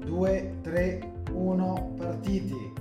2, 3, 1, partiti.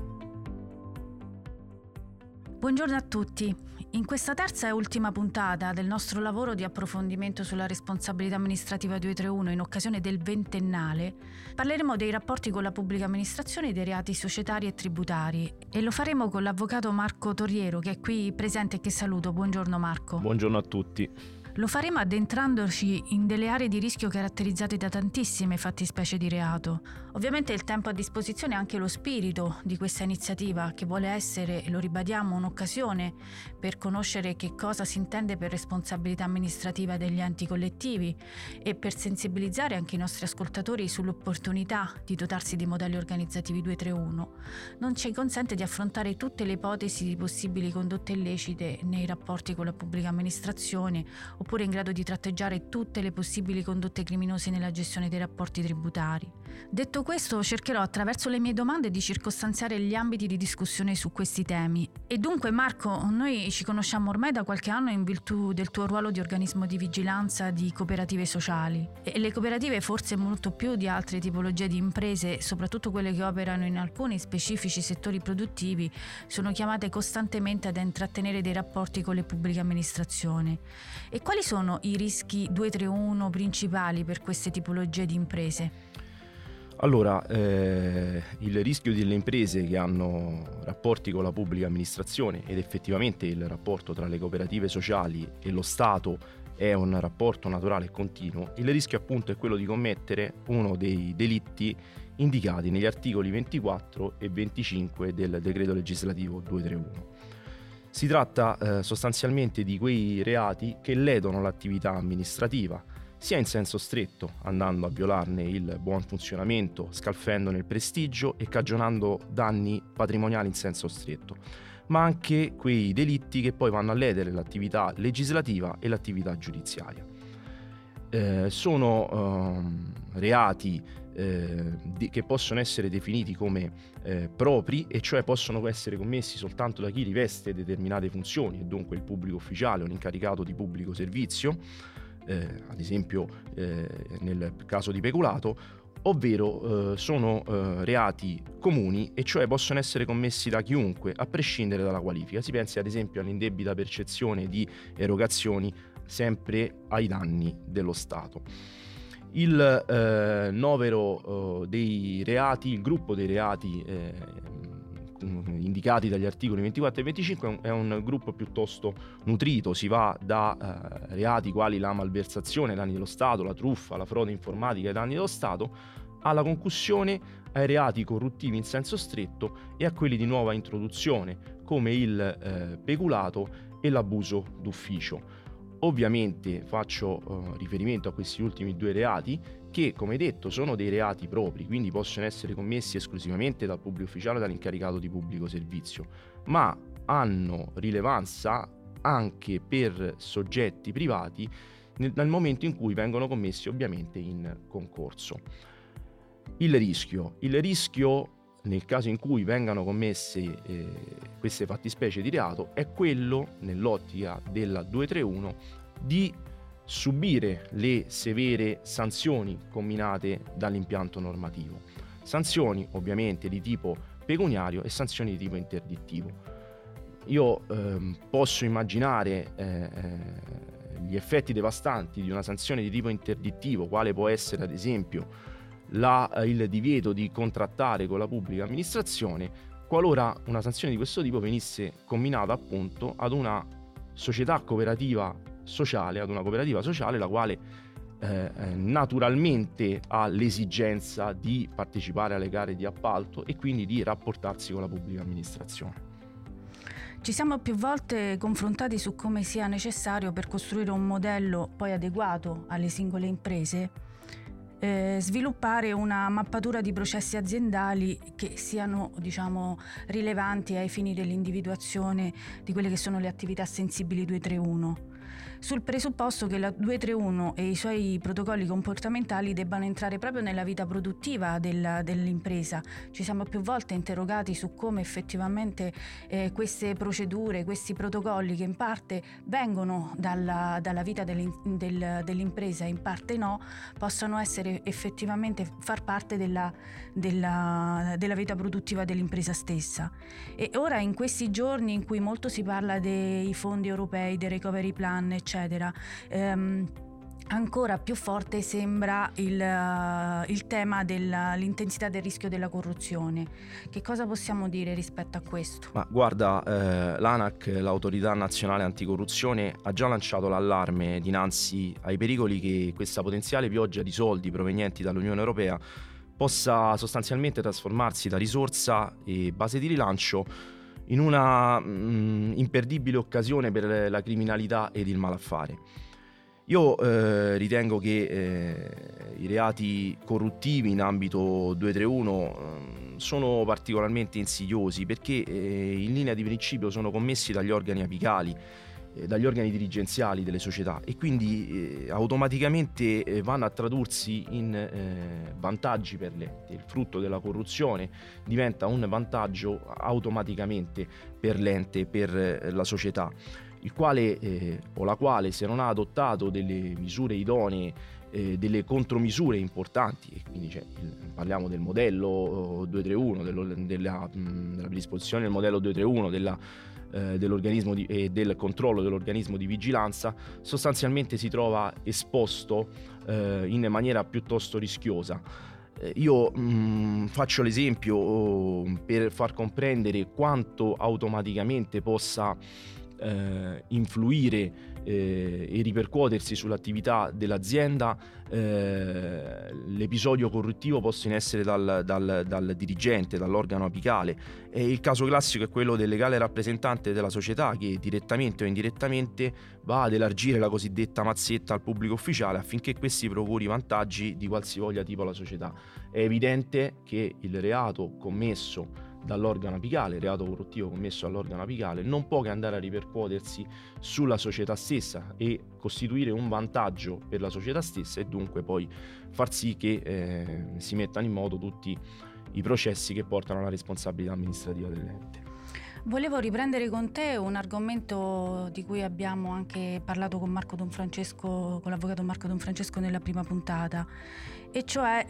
Buongiorno a tutti. In questa terza e ultima puntata del nostro lavoro di approfondimento sulla responsabilità amministrativa 231 in occasione del ventennale, parleremo dei rapporti con la pubblica amministrazione e dei reati societari e tributari e lo faremo con l'avvocato Marco Torriero, che è qui presente e che saluto. Buongiorno Marco. Buongiorno a tutti. Lo faremo addentrandoci in delle aree di rischio caratterizzate da tantissime fattispecie di reato. Ovviamente il tempo a disposizione e anche lo spirito di questa iniziativa, che vuole essere, e lo ribadiamo, un'occasione per conoscere che cosa si intende per responsabilità amministrativa degli enti collettivi e per sensibilizzare anche i nostri ascoltatori sull'opportunità di dotarsi di modelli organizzativi 231. Non ci consente di affrontare tutte le ipotesi di possibili condotte illecite nei rapporti con la pubblica amministrazione, oppure in grado di tratteggiare tutte le possibili condotte criminose nella gestione dei rapporti tributari. Detto questo, cercherò attraverso le mie domande di circostanziare gli ambiti di discussione su questi temi. E dunque Marco, noi ci conosciamo ormai da qualche anno in virtù del tuo ruolo di organismo di vigilanza di cooperative sociali. E le cooperative, forse molto più di altre tipologie di imprese, soprattutto quelle che operano in alcuni specifici settori produttivi, sono chiamate costantemente ad intrattenere dei rapporti con le pubbliche amministrazioni. E quali sono i rischi 231 principali per queste tipologie di imprese? Allora, il rischio delle imprese che hanno rapporti con la pubblica amministrazione, ed effettivamente il rapporto tra le cooperative sociali e lo Stato è un rapporto naturale e continuo, il rischio appunto è quello di commettere uno dei delitti indicati negli articoli 24 e 25 del decreto legislativo 231. Si tratta sostanzialmente di quei reati che ledono l'attività amministrativa, sia in senso stretto, andando a violarne il buon funzionamento, scalfendone il prestigio e cagionando danni patrimoniali in senso stretto, ma anche quei delitti che poi vanno a ledere l'attività legislativa e l'attività giudiziaria. Sono reati che possono essere definiti come propri, e cioè possono essere commessi soltanto da chi riveste determinate funzioni, e dunque il pubblico ufficiale o un incaricato di pubblico servizio, ad esempio nel caso di peculato, ovvero sono reati comuni, e cioè possono essere commessi da chiunque a prescindere dalla qualifica. Si pensi ad esempio all'indebita percezione di erogazioni sempre ai danni dello Stato. Il novero dei reati, il gruppo dei reati indicati dagli articoli 24 e 25 è un gruppo piuttosto nutrito. Si va da reati quali la malversazione ai danni dello Stato, la truffa, la frode informatica ai danni dello Stato, alla concussione, ai reati corruttivi in senso stretto e a quelli di nuova introduzione come il peculato e l'abuso d'ufficio. Ovviamente faccio riferimento a questi ultimi due reati che, come detto, sono dei reati propri, quindi possono essere commessi esclusivamente dal pubblico ufficiale o dall'incaricato di pubblico servizio, ma hanno rilevanza anche per soggetti privati nel momento in cui vengono commessi ovviamente in concorso. Il rischio nel caso in cui vengano commesse queste fattispecie di reato è quello, nell'ottica della 231, di subire le severe sanzioni comminate dall'impianto normativo. Sanzioni ovviamente di tipo pecuniario e sanzioni di tipo interdittivo. Io posso immaginare gli effetti devastanti di una sanzione di tipo interdittivo, quale può essere ad esempio il divieto di contrattare con la pubblica amministrazione, qualora una sanzione di questo tipo venisse comminata appunto ad una società cooperativa sociale, la quale naturalmente ha l'esigenza di partecipare alle gare di appalto e quindi di rapportarsi con la pubblica amministrazione. Ci siamo più volte confrontati su come sia necessario, per costruire un modello poi adeguato alle singole imprese, sviluppare una mappatura di processi aziendali che siano, rilevanti ai fini dell'individuazione di quelle che sono le attività sensibili 231. sul presupposto che la 231 e i suoi protocolli comportamentali debbano entrare proprio nella vita produttiva dell'impresa. Ci siamo più volte interrogati su come effettivamente queste procedure, questi protocolli che in parte vengono dalla vita dell'impresa e in parte no, possano essere effettivamente far parte della vita produttiva dell'impresa stessa. E ora, in questi giorni in cui molto si parla dei fondi europei, dei recovery plan, eccetera, ancora più forte sembra il tema dell'intensità del rischio della corruzione. Che cosa possiamo dire rispetto a questo? Ma guarda, l'ANAC, l'Autorità Nazionale Anticorruzione, ha già lanciato l'allarme dinanzi ai pericoli che questa potenziale pioggia di soldi provenienti dall'Unione Europea possa sostanzialmente trasformarsi da risorsa e base di rilancio in una imperdibile occasione per la criminalità ed il malaffare. Io ritengo che i reati corruttivi in ambito 231 sono particolarmente insidiosi perché in linea di principio sono commessi dagli organi apicali, dagli organi dirigenziali delle società e quindi automaticamente vanno a tradursi in vantaggi per l'ente. Il frutto della corruzione diventa un vantaggio automaticamente per l'ente, per la società, il quale o la quale, se non ha adottato delle misure idonee, delle contromisure importanti, e quindi parliamo del modello 231, della predisposizione del modello 231, dell'organismo e del controllo dell'organismo di vigilanza, sostanzialmente si trova esposto in maniera piuttosto rischiosa. Io faccio l'esempio per far comprendere quanto automaticamente possa influire e ripercuotersi sull'attività dell'azienda l'episodio corruttivo posto in essere dal dirigente, dall'organo apicale. E il caso classico è quello del legale rappresentante della società che direttamente o indirettamente va ad elargire la cosiddetta mazzetta al pubblico ufficiale affinché questi procuri vantaggi di qualsivoglia tipo alla società. È evidente che il reato commesso dall'organo apicale, il reato corruttivo commesso dall'organo apicale, non può che andare a ripercuotersi sulla società stessa e costituire un vantaggio per la società stessa e dunque poi far sì che si mettano in moto tutti i processi che portano alla responsabilità amministrativa dell'ente. Volevo riprendere con te un argomento di cui abbiamo anche parlato con l'avvocato Marco Donfrancesco nella prima puntata, e cioè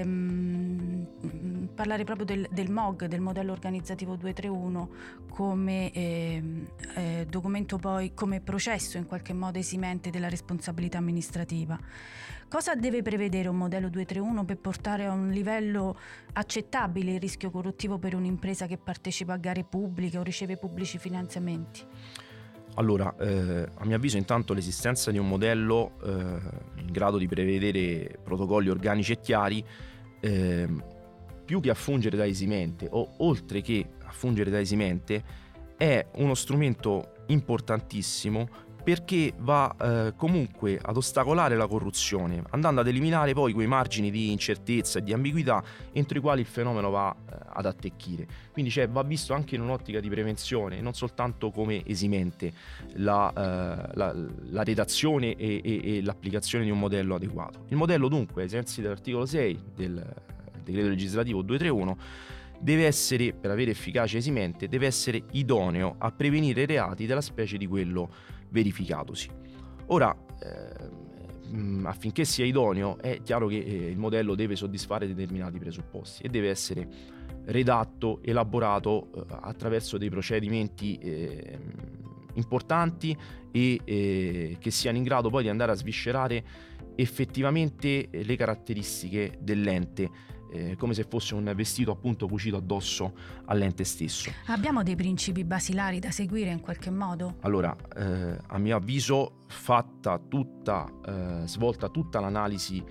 parlare proprio del MOG, del modello organizzativo 231, come documento, poi come processo in qualche modo esimente della responsabilità amministrativa. Cosa deve prevedere un modello 231 per portare a un livello accettabile il rischio corruttivo per un'impresa che partecipa a gare pubbliche o riceve pubblici finanziamenti? Allora, a mio avviso intanto l'esistenza di un modello in grado di prevedere protocolli organici e chiari, più che a fungere da esimente o oltre che a fungere da esimente, è uno strumento importantissimo perché va comunque ad ostacolare la corruzione, andando ad eliminare poi quei margini di incertezza e di ambiguità entro i quali il fenomeno va ad attecchire. Quindi va visto anche in un'ottica di prevenzione, non soltanto come esimente la redazione e l'applicazione di un modello adeguato. Il modello dunque, ai sensi dell'articolo 6 del decreto legislativo 231, deve essere, per avere efficacia esimente, deve essere idoneo a prevenire reati della specie di quello verificatosi. Ora, affinché sia idoneo, è chiaro che il modello deve soddisfare determinati presupposti e deve essere redatto, elaborato attraverso dei procedimenti importanti e che siano in grado poi di andare a sviscerare effettivamente le caratteristiche dell'ente, come se fosse un vestito appunto cucito addosso all'ente stesso. Abbiamo dei principi basilari da seguire in qualche modo? Allora, a mio avviso, svolta tutta l'analisi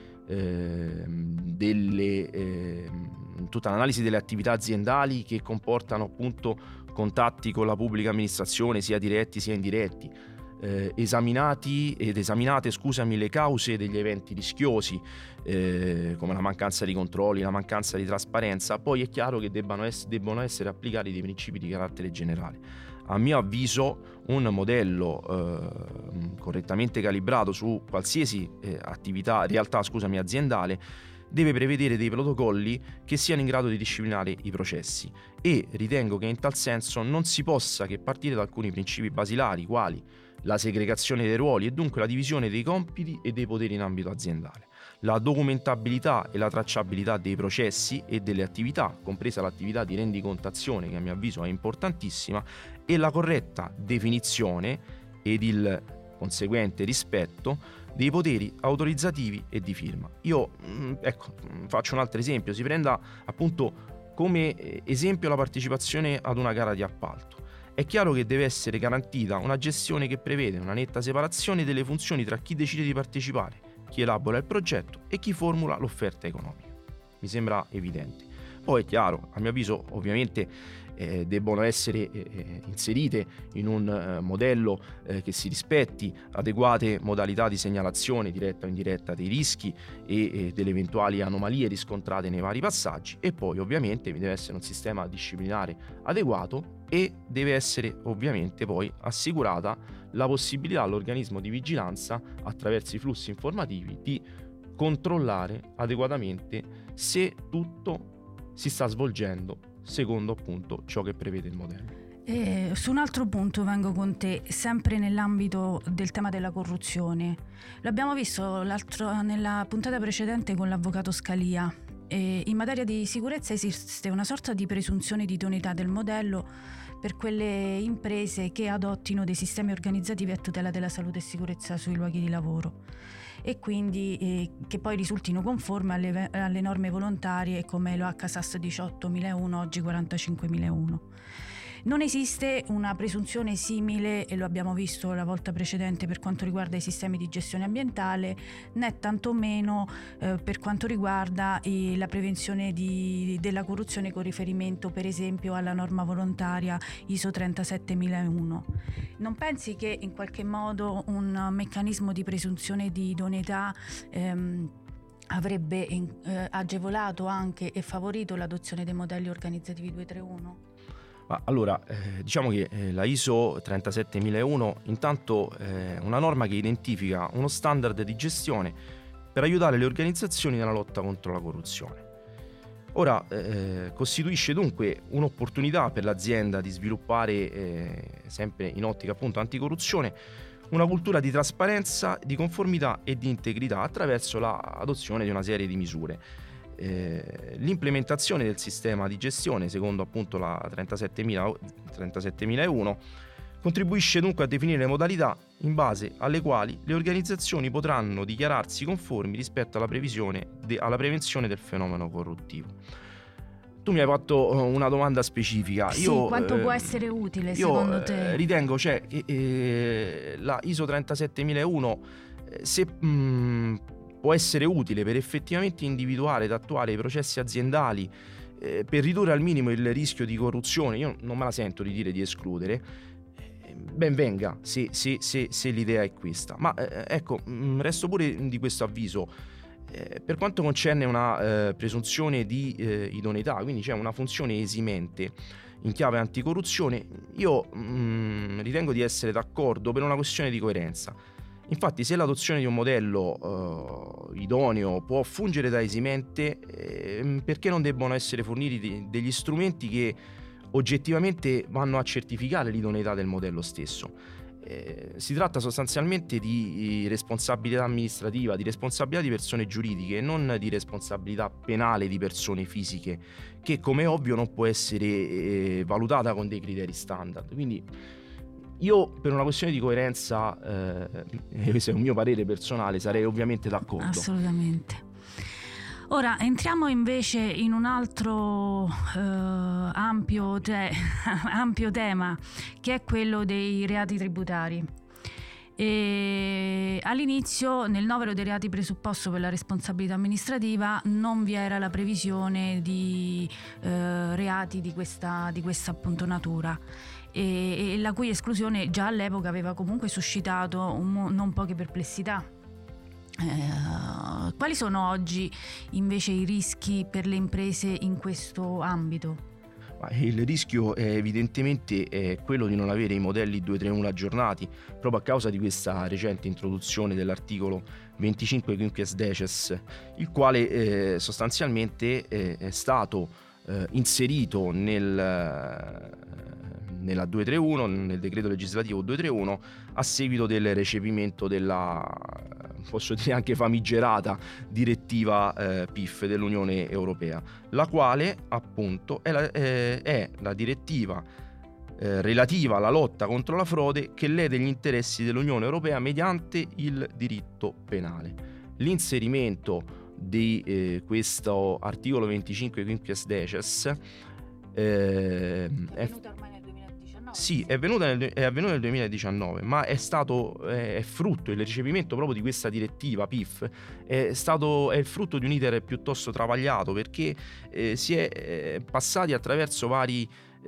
tutta l'analisi delle attività aziendali che comportano appunto contatti con la pubblica amministrazione, sia diretti sia indiretti, esaminate le cause degli eventi rischiosi, come la mancanza di controlli, la mancanza di trasparenza, poi è chiaro che debbono essere applicati dei principi di carattere generale. a mio avviso un modello correttamente calibrato su qualsiasi realtà aziendale deve prevedere dei protocolli che siano in grado di disciplinare i processi, e ritengo che in tal senso non si possa che partire da alcuni principi basilari, quali la segregazione dei ruoli e dunque la divisione dei compiti e dei poteri in ambito aziendale, la documentabilità e la tracciabilità dei processi e delle attività, compresa l'attività di rendicontazione, che a mio avviso è importantissima, e la corretta definizione ed il conseguente rispetto dei poteri autorizzativi e di firma. Io faccio un altro esempio: si prenda appunto come esempio la partecipazione ad una gara di appalto. È chiaro che deve essere garantita una gestione che prevede una netta separazione delle funzioni tra chi decide di partecipare, chi elabora il progetto e chi formula l'offerta economica. Mi sembra evidente. Poi è chiaro, a mio avviso, ovviamente debbono essere inserite in un modello che si rispetti adeguate modalità di segnalazione diretta o indiretta dei rischi e delle eventuali anomalie riscontrate nei vari passaggi, e poi ovviamente vi deve essere un sistema disciplinare adeguato e deve essere ovviamente poi assicurata la possibilità all'organismo di vigilanza, attraverso i flussi informativi, di controllare adeguatamente se tutto si sta svolgendo secondo appunto ciò che prevede il modello. Su un altro punto vengo con te, sempre nell'ambito del tema della corruzione. L'abbiamo visto nella puntata precedente con l'avvocato Scalia. In materia di sicurezza esiste una sorta di presunzione di idoneità del modello per quelle imprese che adottino dei sistemi organizzativi a tutela della salute e sicurezza sui luoghi di lavoro, e quindi che poi risultino conformi alle norme volontarie come lo HSAS 18.001, oggi 45.001. Non esiste una presunzione simile, e lo abbiamo visto la volta precedente, per quanto riguarda i sistemi di gestione ambientale, né tantomeno per quanto riguarda la prevenzione della corruzione, con riferimento per esempio alla norma volontaria ISO 37001. Non pensi che in qualche modo un meccanismo di presunzione di idoneità avrebbe agevolato anche e favorito l'adozione dei modelli organizzativi 231? Allora, diciamo che la ISO 37001 intanto è una norma che identifica uno standard di gestione per aiutare le organizzazioni nella lotta contro la corruzione. Ora, costituisce dunque un'opportunità per l'azienda di sviluppare, sempre in ottica appunto anticorruzione, una cultura di trasparenza, di conformità e di integrità attraverso l'adozione di una serie di misure. L'implementazione del sistema di gestione secondo appunto la 37001 contribuisce dunque a definire le modalità in base alle quali le organizzazioni potranno dichiararsi conformi rispetto alla prevenzione del fenomeno corruttivo. Tu mi hai fatto una domanda specifica. Sì, quanto può essere utile secondo te? Ritengo che la ISO 37001 se può essere utile per effettivamente individuare ed attuare i processi aziendali per ridurre al minimo il rischio di corruzione. Io non me la sento di dire di escludere, ben venga se l'idea è questa, ma resto pure di questo avviso. Per quanto concerne una presunzione di idoneità, quindi c'è una funzione esimente in chiave anticorruzione, io ritengo di essere d'accordo per una questione di coerenza. Infatti, se l'adozione di un modello idoneo può fungere da esimente, perché non debbono essere forniti degli strumenti che oggettivamente vanno a certificare l'idoneità del modello stesso? Si tratta sostanzialmente di responsabilità amministrativa, di responsabilità di persone giuridiche, non di responsabilità penale di persone fisiche, che come ovvio non può essere valutata con dei criteri standard. Quindi io, per una questione di coerenza, questo è un mio parere personale, sarei ovviamente d'accordo. Assolutamente. Ora entriamo invece in un altro ampio tema, che è quello dei reati tributari. E all'inizio, nel novero dei reati presupposto per la responsabilità amministrativa, non vi era la previsione di reati di questa appunto natura, e la cui esclusione già all'epoca aveva comunque suscitato non poche perplessità. Quali sono oggi invece i rischi per le imprese in questo ambito? Il rischio è evidentemente quello di non avere i modelli 231 aggiornati, proprio a causa di questa recente introduzione dell'articolo 25 quinquies decies, il quale sostanzialmente è stato inserito nella 231, nel decreto legislativo 231, a seguito del recepimento della, posso dire anche famigerata, direttiva PIF dell'Unione Europea, la quale appunto è la direttiva relativa alla lotta contro la frode che lede gli interessi dell'Unione Europea mediante il diritto penale. L'inserimento di questo articolo 25 quinquies decies è avvenuto nel 2019, ma è frutto, il recepimento proprio di questa direttiva PIF è il frutto di un iter piuttosto travagliato, perché si è passati attraverso vari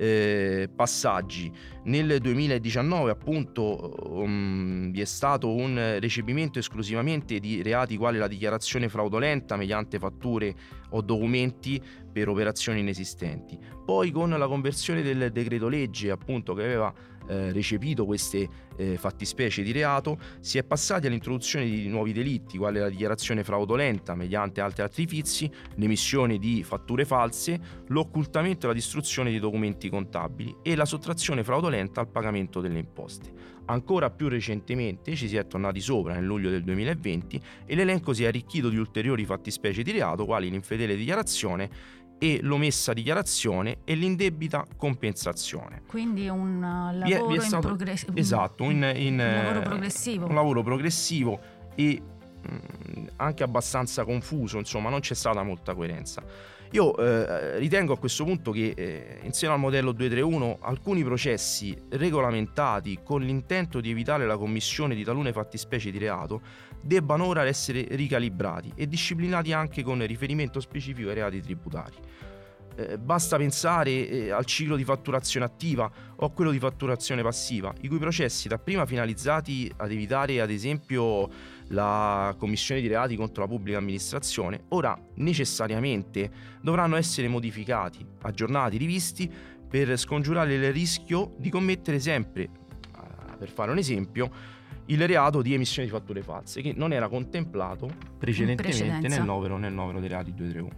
passaggi. Nel 2019 appunto vi è stato un recepimento esclusivamente di reati quali la dichiarazione fraudolenta mediante fatture o documenti per operazioni inesistenti. Poi, con la conversione del decreto legge appunto che aveva recepito queste fattispecie di reato, si è passati all'introduzione di nuovi delitti quali la dichiarazione fraudolenta mediante altri artifizi, l'emissione di fatture false, l'occultamento e la distruzione di documenti contabili e la sottrazione fraudolenta al pagamento delle imposte. Ancora più recentemente ci si è tornati sopra nel luglio del 2020 e l'elenco si è arricchito di ulteriori fattispecie di reato quali l'infedele dichiarazione e l'omessa dichiarazione e l'indebita compensazione. Quindi un lavoro in progressivo. Esatto, un lavoro progressivo. Un lavoro progressivo e anche abbastanza confuso, insomma, non c'è stata molta coerenza. Io ritengo a questo punto che in seno al modello 231 alcuni processi regolamentati con l'intento di evitare la commissione di talune fattispecie di reato debbano ora essere ricalibrati e disciplinati anche con riferimento specifico ai reati tributari. Basta pensare al ciclo di fatturazione attiva o a quello di fatturazione passiva, i cui processi, dapprima finalizzati ad evitare ad esempio la commissione di reati contro la pubblica amministrazione, ora necessariamente dovranno essere modificati, aggiornati, rivisti per scongiurare il rischio di commettere sempre, per fare un esempio, il reato di emissione di fatture false, che non era contemplato precedentemente nel novero dei reati 231.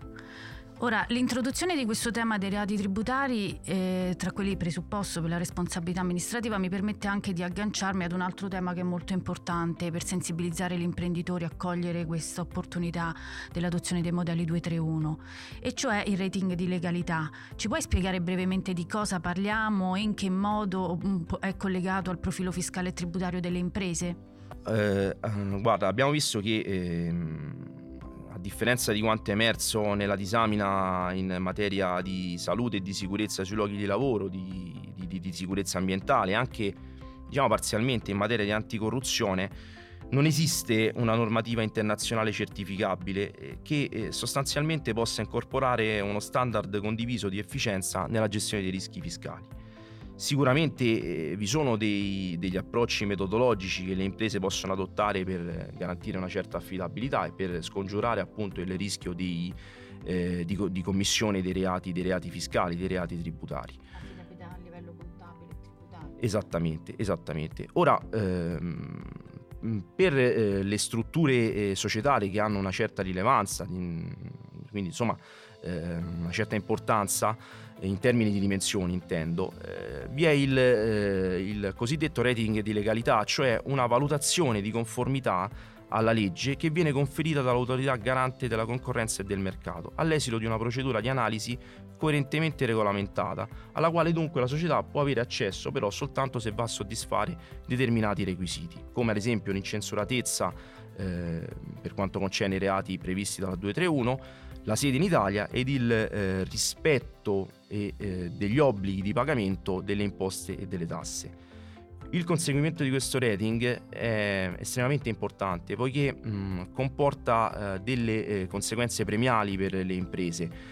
Ora, l'introduzione di questo tema dei reati tributari, tra quelli presupposto per la responsabilità amministrativa, mi permette anche di agganciarmi ad un altro tema che è molto importante per sensibilizzare gli imprenditori a cogliere questa opportunità dell'adozione dei modelli 231, e cioè il rating di legalità. Ci puoi spiegare brevemente di cosa parliamo e in che modo è collegato al profilo fiscale e tributario delle imprese? Guarda, abbiamo visto che a differenza di quanto è emerso nella disamina in materia di salute e di sicurezza sui luoghi di lavoro, di sicurezza ambientale, anche diciamo parzialmente in materia di anticorruzione, non esiste una normativa internazionale certificabile che sostanzialmente possa incorporare uno standard condiviso di efficienza nella gestione dei rischi fiscali. Sicuramente vi sono degli approcci metodologici che le imprese possono adottare per garantire una certa affidabilità e per scongiurare appunto il rischio di commissione dei reati fiscali, dei reati tributari. Affidabilità a livello contabile e tributario. Esattamente. Ora, per le strutture societarie che hanno una certa rilevanza, quindi insomma una certa importanza in termini di dimensioni, intendo, vi è il cosiddetto rating di legalità, cioè una valutazione di conformità alla legge che viene conferita dall'autorità garante della concorrenza e del mercato all'esito di una procedura di analisi coerentemente regolamentata, alla quale dunque la società può avere accesso però soltanto se va a soddisfare determinati requisiti, come ad esempio l'incensuratezza per quanto concerne i reati previsti dalla 231, la sede in Italia ed il rispetto degli obblighi di pagamento delle imposte e delle tasse. Il conseguimento di questo rating è estremamente importante poiché comporta delle conseguenze premiali per le imprese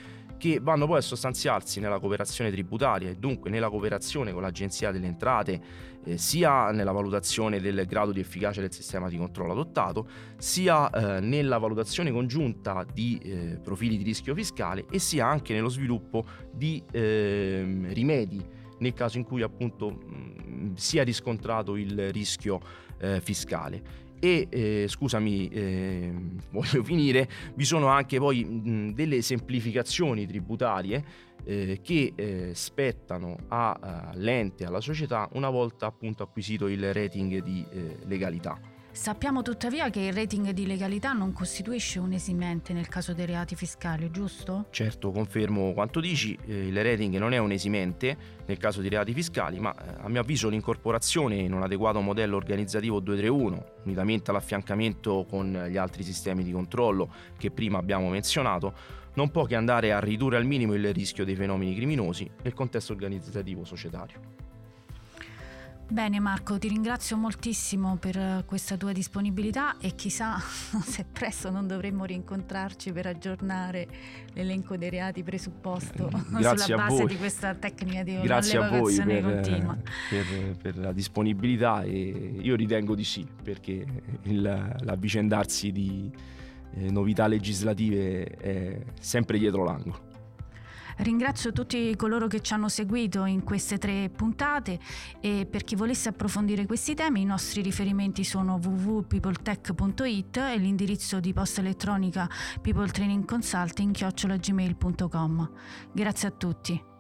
che vanno poi a sostanziarsi nella cooperazione tributaria e dunque nella cooperazione con l'Agenzia delle Entrate, sia nella valutazione del grado di efficacia del sistema di controllo adottato, sia nella valutazione congiunta di profili di rischio fiscale e sia anche nello sviluppo di rimedi nel caso in cui appunto sia riscontrato il rischio fiscale. E voglio finire, vi sono anche poi delle semplificazioni tributarie che spettano all'ente, alla società, una volta appunto acquisito il rating di legalità. Sappiamo tuttavia che il rating di legalità non costituisce un esimente nel caso dei reati fiscali, giusto? Certo, confermo quanto dici, il rating non è un esimente nel caso di reati fiscali, ma a mio avviso l'incorporazione in un adeguato modello organizzativo 231, unitamente all'affiancamento con gli altri sistemi di controllo che prima abbiamo menzionato, non può che andare a ridurre al minimo il rischio dei fenomeni criminosi nel contesto organizzativo societario. Bene Marco, ti ringrazio moltissimo per questa tua disponibilità e chissà se presto non dovremmo rincontrarci per aggiornare l'elenco dei reati presupposto sulla base di questa tecnica di un'allevazione continua. Per la disponibilità, e io ritengo di sì, perché l'avvicendarsi di novità legislative è sempre dietro l'angolo. Ringrazio tutti coloro che ci hanno seguito in queste 3 puntate e per chi volesse approfondire questi temi i nostri riferimenti sono www.peopletech.it e l'indirizzo di posta elettronica peopletrainingconsulting@gmail.com. Grazie a tutti.